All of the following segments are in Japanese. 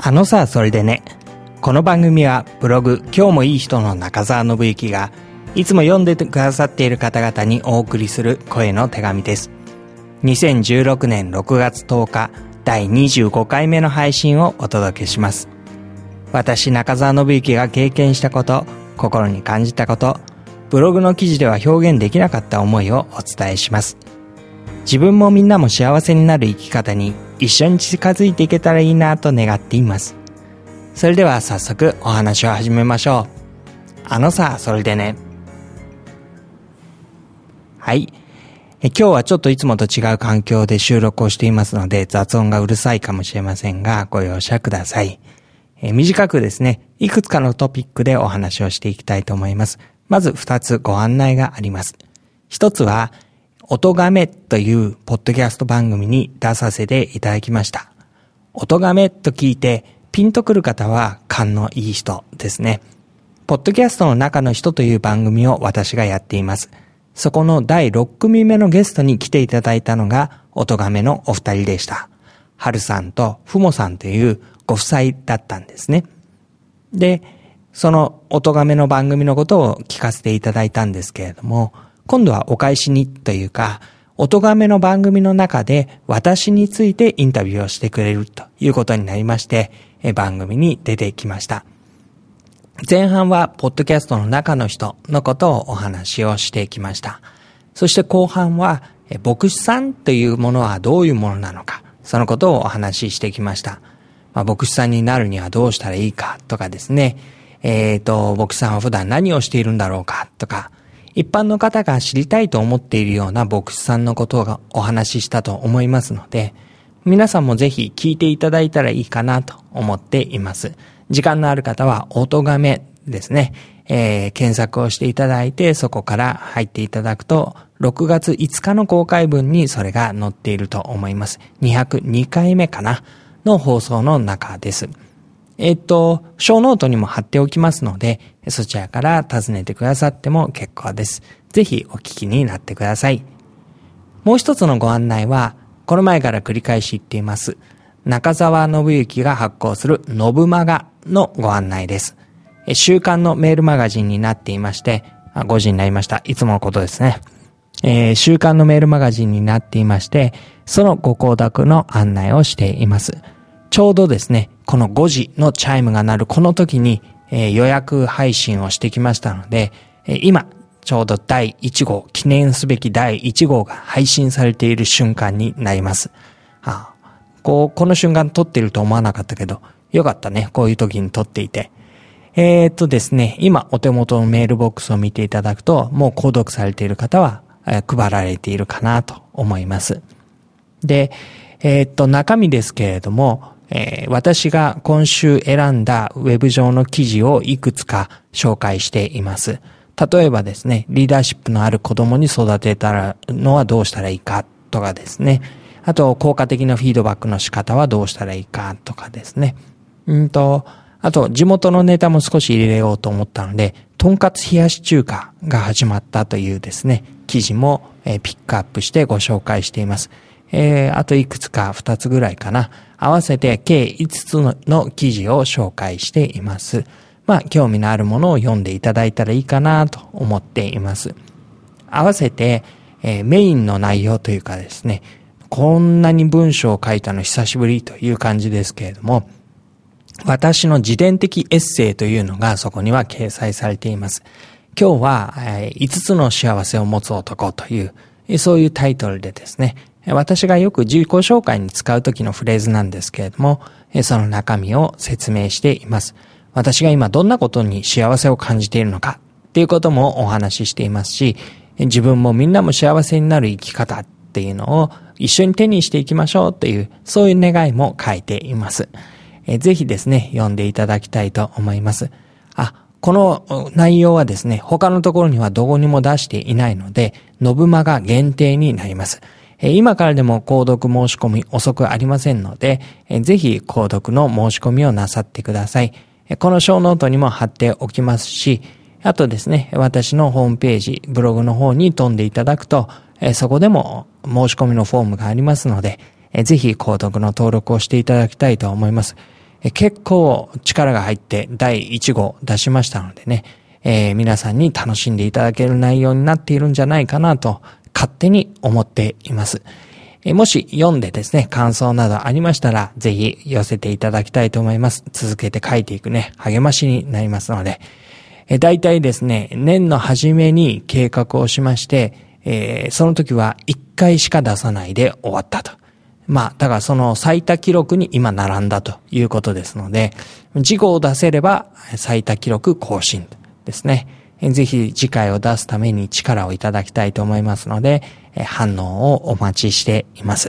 それでね。この番組はブログ今日もいい人の中澤信之がいつも読んでくださっている方々にお送りする声の手紙です。2016年6月10日第25回目の配信をお届けします。私中澤信之が経験したこと、心に感じたこと、ブログの記事では表現できなかった思いをお伝えします。自分もみんなも幸せになる生き方に一緒に近づいていけたらいいなと願っています。それでは早速お話を始めましょう。それでね。はい。今日はちょっといつもと違う環境で収録をしていますので雑音がうるさいかもしれませんがご容赦ください。短くですね、いくつかのトピックでお話をしていきたいと思います。まず2つご案内があります。1つは音亀というポッドキャスト番組に出させていただきました。音亀と聞いてピンとくる方は勘のいい人ですね。ポッドキャストの中の人という番組を私がやっています。そこの第6組目のゲストに来ていただいたのが音亀のお二人でした。春さんとふもさんというご夫妻だったんですね。で、その音亀の番組のことを聞かせていただいたんですけれども、今度はお返しにというか、音亀の番組の中で私についてインタビューをしてくれるということになりまして、番組に出てきました。前半はポッドキャストの中の人のことをお話をしてきました。そして後半は牧師さんというものはどういうものなのか、そのことをお話ししてきました。牧師さんになるにはどうしたらいいかとかですね、牧師さんは普段何をしているんだろうかとか、一般の方が知りたいと思っているような牧師さんのことをお話ししたと思いますので、皆さんもぜひ聞いていただいたらいいかなと思っています。時間のある方は音亀ですね、検索をしていただいてそこから入っていただくと6月5日の公開分にそれが載っていると思います。202回目かなの放送の中です。ショーノートにも貼っておきますので、そちらから訪ねてくださっても結構です。ぜひお聞きになってください。もう一つのご案内は、この前から繰り返し言っています、中澤信之が発行するのぶマガのご案内です。週刊のメールマガジンになっていまして、5時になりました。いつものことですね。週刊のメールマガジンになっていまして、そのご購読の案内をしています。ちょうどですね、この5時のチャイムが鳴るこの時に、予約配信をしてきましたので、今ちょうど第1号、記念すべき第1号が配信されている瞬間になります。この瞬間撮っていると思わなかったけど、よかったね、こういう時に撮っていて。ですね、今お手元のメールボックスを見ていただくと、もう購読されている方は、配られているかなと思います。で、中身ですけれども、私が今週選んだウェブ上の記事をいくつか紹介しています。例えばですね、リーダーシップのある子供に育てたのはどうしたらいいかとかですね、あと効果的なフィードバックの仕方はどうしたらいいかとかですね、あと地元のネタも少し入れようと思ったので、とんかつ冷やし中華が始まったというですね、記事もピックアップしてご紹介しています。あといくつか2つぐらいかな。合わせて計5つの記事を紹介しています。興味のあるものを読んでいただいたらいいかなと思っています。合わせて、メインの内容というかですね、こんなに文章を書いたの久しぶりという感じですけれども、私の自伝的エッセイというのがそこには掲載されています。今日は5つの幸せを持つ男という、そういうタイトルでですね、私がよく自己紹介に使う時のフレーズなんですけれども、その中身を説明しています。私が今どんなことに幸せを感じているのかっていうこともお話ししていますし、自分もみんなも幸せになる生き方っていうのを一緒に手にしていきましょうっていう、そういう願いも書いています。ぜひですね、読んでいただきたいと思います。この内容はですね、他のところにはどこにも出していないので、のぶマガ限定になります。今からでも購読申し込み遅くありませんので、ぜひ購読の申し込みをなさってください。このショーノートにも貼っておきますし、あとですね、私のホームページ、ブログの方に飛んでいただくと、そこでも申し込みのフォームがありますので、ぜひ購読の登録をしていただきたいと思います。 結構力が入って第1号出しましたのでね、皆さんに楽しんでいただける内容になっているんじゃないかなと勝手に思っています。もし読んでですね、感想などありましたら、ぜひ寄せていただきたいと思います。続けて書いていくね、励ましになりますので、大体ですね、年の初めに計画をしまして、その時は1回しか出さないで終わったと。だからその最多記録に今並んだということですので、次号を出せれば最多記録更新ですね。ぜひ次回を出すために力をいただきたいと思いますので、反応をお待ちしています。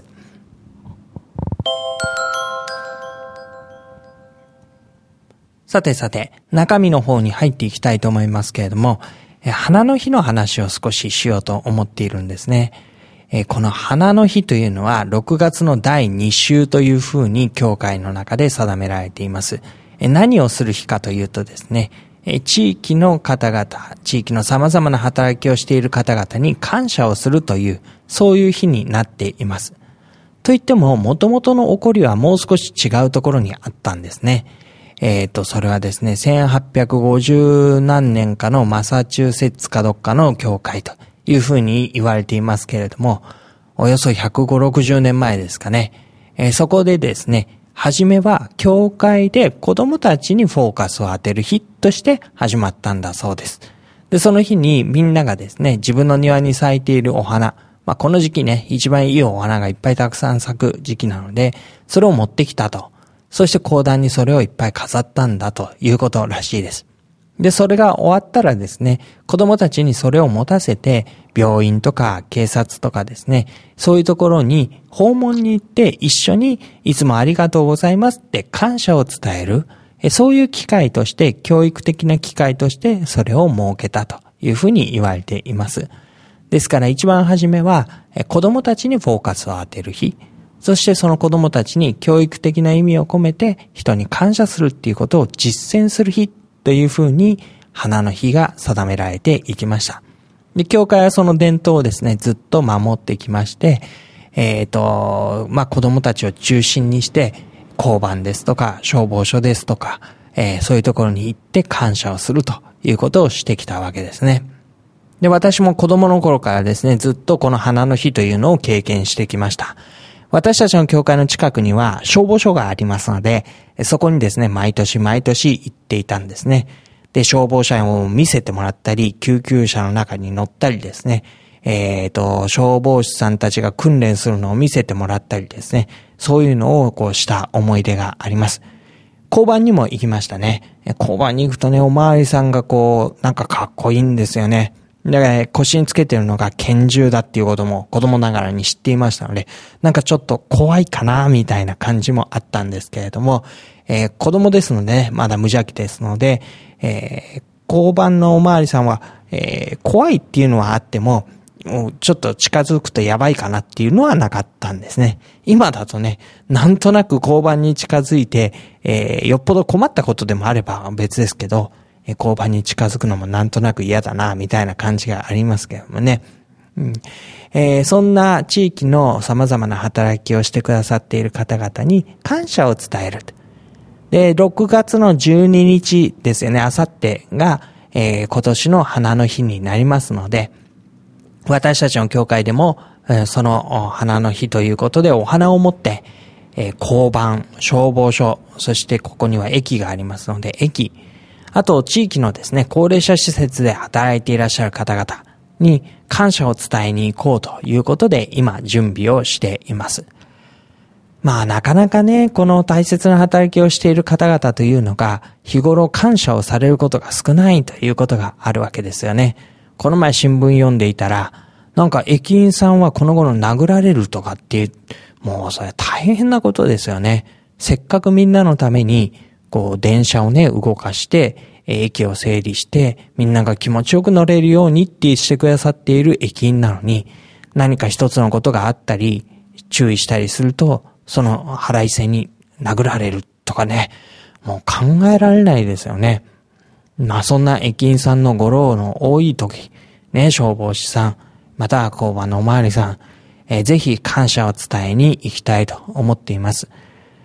さてさて、中身の方に入っていきたいと思いますけれども、花の日の話を少ししようと思っているんですね。この花の日というのは6月の第2週というふうに教会の中で定められています。何をする日かというとですね、地域の方々、地域の様々な働きをしている方々に感謝をするという、そういう日になっています。といっても、元々の起こりはもう少し違うところにあったんですね。それはですね、1850何年かのマサチューセッツかどっかの教会というふうに言われていますけれども、およそ150、60年前ですかね。そこでですね、はじめは教会で子供たちにフォーカスを当てる日として始まったんだそうです。で、その日にみんながですね、自分の庭に咲いているお花、この時期ね、一番いいお花がいっぱいたくさん咲く時期なので、それを持ってきたと。そして講談にそれをいっぱい飾ったんだということらしいです。で、それが終わったらですね、子供たちにそれを持たせて、病院とか警察とかですね、そういうところに訪問に行って一緒にいつもありがとうございますって感謝を伝える、そういう機会として、教育的な機会としてそれを設けたというふうに言われています。ですから一番初めは子供たちにフォーカスを当てる日、そしてその子供たちに教育的な意味を込めて人に感謝するっていうことを実践する日というふうに花の日が定められていきました。で、教会はその伝統をですね、ずっと守ってきまして、子供たちを中心にして、交番ですとか、消防署ですとか、そういうところに行って感謝をするということをしてきたわけですね。で、私も子供の頃からですね、ずっとこの花の日というのを経験してきました。私たちの教会の近くには消防署がありますので、そこにですね、毎年行っていたんですね。で、消防車を見せてもらったり、救急車の中に乗ったりですね、消防士さんたちが訓練するのを見せてもらったりですね、そういうのをした思い出があります。交番にも行きましたね。交番に行くとね、おまわりさんがなんかかっこいいんですよね。だから、腰につけてるのが拳銃だっていうことも子供ながらに知っていましたので、なんかちょっと怖いかなみたいな感じもあったんですけれども、子供ですのでね、まだ無邪気ですので、交番のおまわりさんは、怖いっていうのはあっても、ちょっと近づくとやばいかなっていうのはなかったんですね。今だとね、なんとなく交番に近づいて、よっぽど困ったことでもあれば別ですけど、交番に近づくのもなんとなく嫌だな、みたいな感じがありますけどもね。そんな地域の様々な働きをしてくださっている方々に感謝を伝える。で、6月の12日ですよね、あさってが、今年の花の日になりますので、私たちの教会でも、その花の日ということでお花を持って、交番、消防署、そしてここには駅がありますので、駅、あと地域のですね、高齢者施設で働いていらっしゃる方々に感謝を伝えに行こうということで今準備をしています。なかなかね、この大切な働きをしている方々というのが日頃感謝をされることが少ないということがあるわけですよね。この前新聞読んでいたら、なんか駅員さんはこの頃殴られるとかっていう、もうそれ大変なことですよね。せっかくみんなのために電車をね、動かして、駅を整理して、みんなが気持ちよく乗れるようにってしてくださっている駅員なのに、何か一つのことがあったり、注意したりすると、その腹いせに殴られるとかね、もう考えられないですよね。そんな駅員さんのご労の多い時、ね、消防士さん、または交番のおまわりさん、ぜひ感謝を伝えに行きたいと思っています。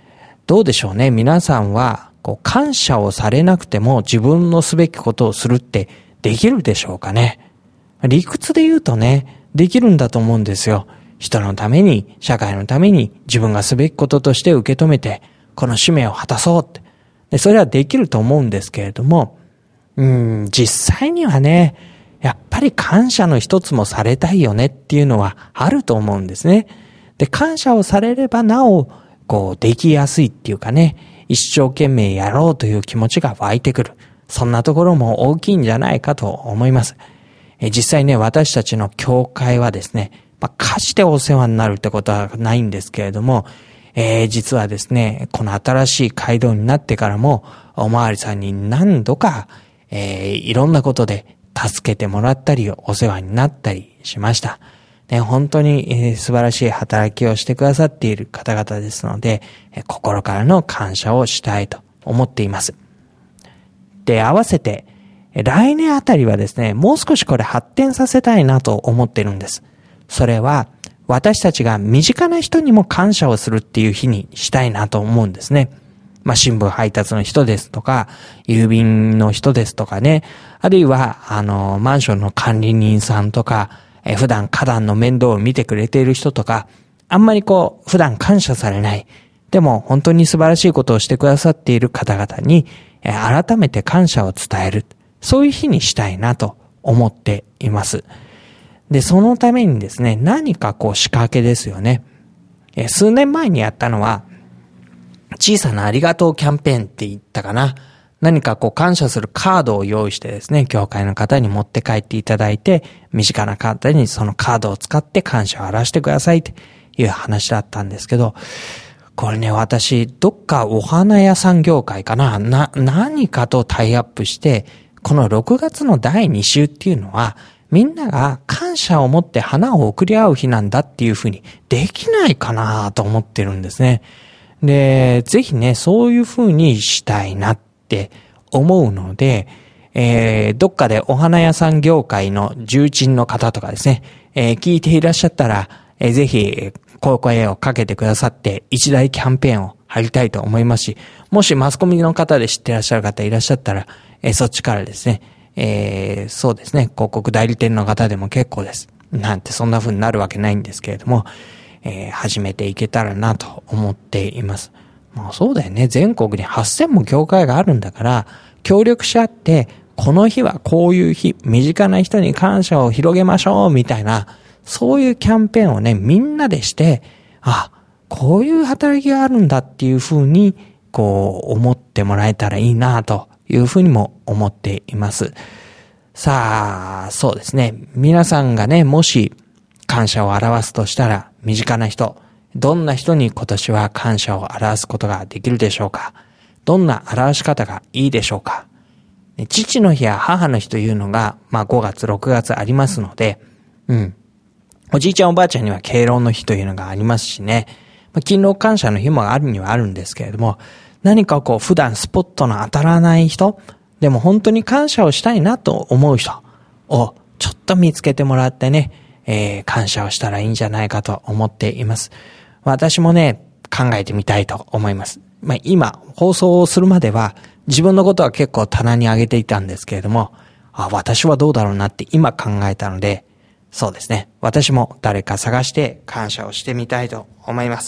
どうでしょうね。皆さんは、感謝をされなくても自分のすべきことをするってできるでしょうかね。理屈で言うとね、できるんだと思うんですよ。人のために、社会のために自分がすべきこととして受け止めて、この使命を果たそうって。で、それはできると思うんですけれども、実際にはね、やっぱり感謝の一つもされたいよねっていうのはあると思うんですね。で、感謝をされればなお、できやすいっていうかね、一生懸命やろうという気持ちが湧いてくる。そんなところも大きいんじゃないかと思います。実際ね、私たちの教会はですね、家事でお世話になるってことはないんですけれども、実はですね、この新しい街道になってからも、おまわりさんに何度か、いろんなことで助けてもらったり、お世話になったりしました。本当に、素晴らしい働きをしてくださっている方々ですので、心からの感謝をしたいと思っています。で、合わせて、来年あたりはですね、もう少しこれ発展させたいなと思ってるんです。それは、私たちが身近な人にも感謝をするっていう日にしたいなと思うんですね。新聞配達の人ですとか、郵便の人ですとかね、あるいは、マンションの管理人さんとか、普段花壇の面倒を見てくれている人とか、あんまり普段感謝されない。でも本当に素晴らしいことをしてくださっている方々に、改めて感謝を伝える。そういう日にしたいなと思っています。で、そのためにですね、何か仕掛けですよね。数年前にやったのは、小さなありがとうキャンペーンって言ったかな。何か感謝するカードを用意してですね、教会の方に持って帰っていただいて、身近な方にそのカードを使って感謝を表してくださいっていう話だったんですけど、これね、私、どっかお花屋さん業界かな、何かとタイアップして、この6月の第2週っていうのは、みんなが感謝を持って花を贈り合う日なんだっていうふうにできないかなと思ってるんですね。で、ぜひね、そういうふうにしたいなって思うので、どっかでお花屋さん業界の重鎮の方とかですね、聞いていらっしゃったら、ぜひ、声をかけてくださって一大キャンペーンを張りたいと思いますし、もしマスコミの方で知ってらっしゃる方いらっしゃったら、そっちからですね、そうですね、広告代理店の方でも結構です。なんてそんな風になるわけないんですけれども、始めていけたらなと思っています。そうだよね。全国に8000も教会があるんだから、協力し合って、この日はこういう日、身近な人に感謝を広げましょう、みたいな、そういうキャンペーンをね、みんなでして、こういう働きがあるんだっていう風に、思ってもらえたらいいなという風にも思っています。さあ、そうですね。皆さんがね、もし感謝を表すとしたら、身近な人、どんな人に今年は感謝を表すことができるでしょうか？どんな表し方がいいでしょうか？父の日や母の日というのが、5月、6月ありますので、おじいちゃんおばあちゃんには敬老の日というのがありますしね、勤労感謝の日もあるにはあるんですけれども、何か普段スポットの当たらない人、でも本当に感謝をしたいなと思う人をちょっと見つけてもらってね、感謝をしたらいいんじゃないかと思っています。私もね、考えてみたいと思います。今、放送をするまでは自分のことは結構棚に上げていたんですけれども、私はどうだろうなって今考えたので、そうですね。私も誰か探して感謝をしてみたいと思います。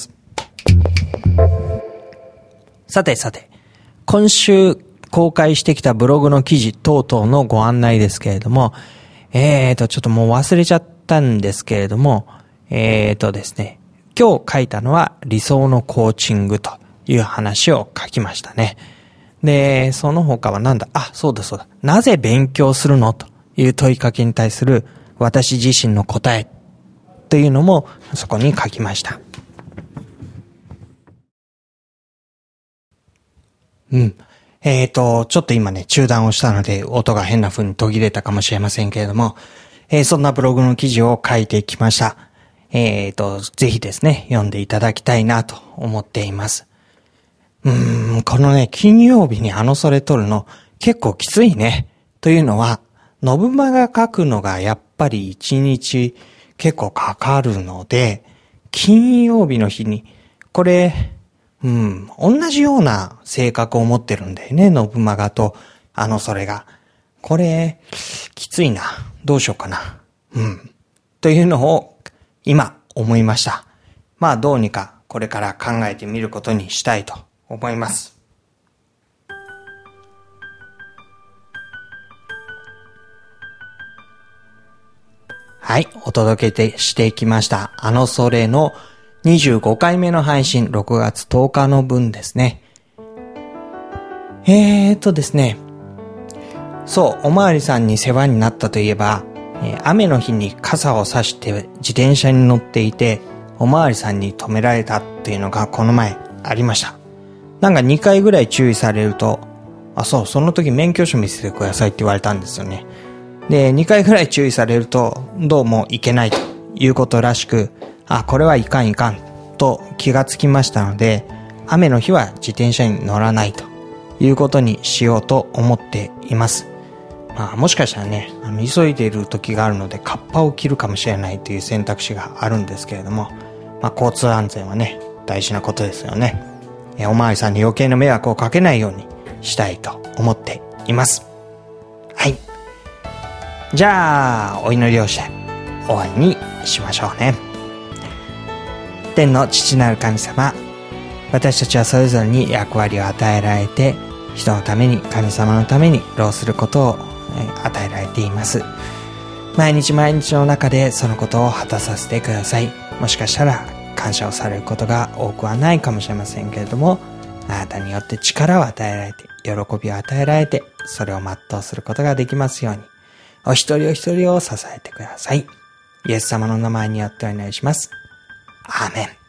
さて、今週公開してきたブログの記事等々のご案内ですけれども、ちょっともう忘れちゃったんですけれども、ですね、今日書いたのは理想のコーチングという話を書きましたね。で、その他はそうだ。なぜ勉強するのという問いかけに対する私自身の答えというのもそこに書きました。ちょっと今ね、中断をしたので音が変な風に途切れたかもしれませんけれども、そんなブログの記事を書いてきました。ぜひですね、読んでいただきたいなと思っています。このね、金曜日にそれ撮るの結構きついね。というのは、ノブマが書くのがやっぱり1日結構かかるので、金曜日の日に、これ、 同じような性格を持ってるんだよね、信長とそれが。これ、きついな。どうしようかな。というのを今思いました。まあどうにかこれから考えてみることにしたいと思います。はい、お届けしてきました。それの25回目の配信、6月10日の分ですね。ですね。そう、おまわりさんに世話になったといえば、雨の日に傘を差して自転車に乗っていて、おまわりさんに止められたっていうのがこの前ありました。なんか2回ぐらい注意されると、その時免許証見せてくださいって言われたんですよね。で、2回ぐらい注意されると、どうもいけないということらしく、これはいかんと気がつきましたので、雨の日は自転車に乗らないということにしようと思っています。もしかしたらね、急いでいる時があるので、カッパを着るかもしれないという選択肢があるんですけれども、交通安全はね、大事なことですよね。おまわりさんに余計な迷惑をかけないようにしたいと思っています。はい。じゃあ、お祈りをして終わりにしましょうね。天の父なる神様、私たちはそれぞれに役割を与えられて、人のために、神様のために労することを与えられています。毎日毎日の中でそのことを果たさせてください。もしかしたら感謝をされることが多くはないかもしれませんけれども、あなたによって力を与えられて、喜びを与えられて、それを全うすることができますように、お一人お一人を支えてください。イエス様の名前によってお願いします。アーメン。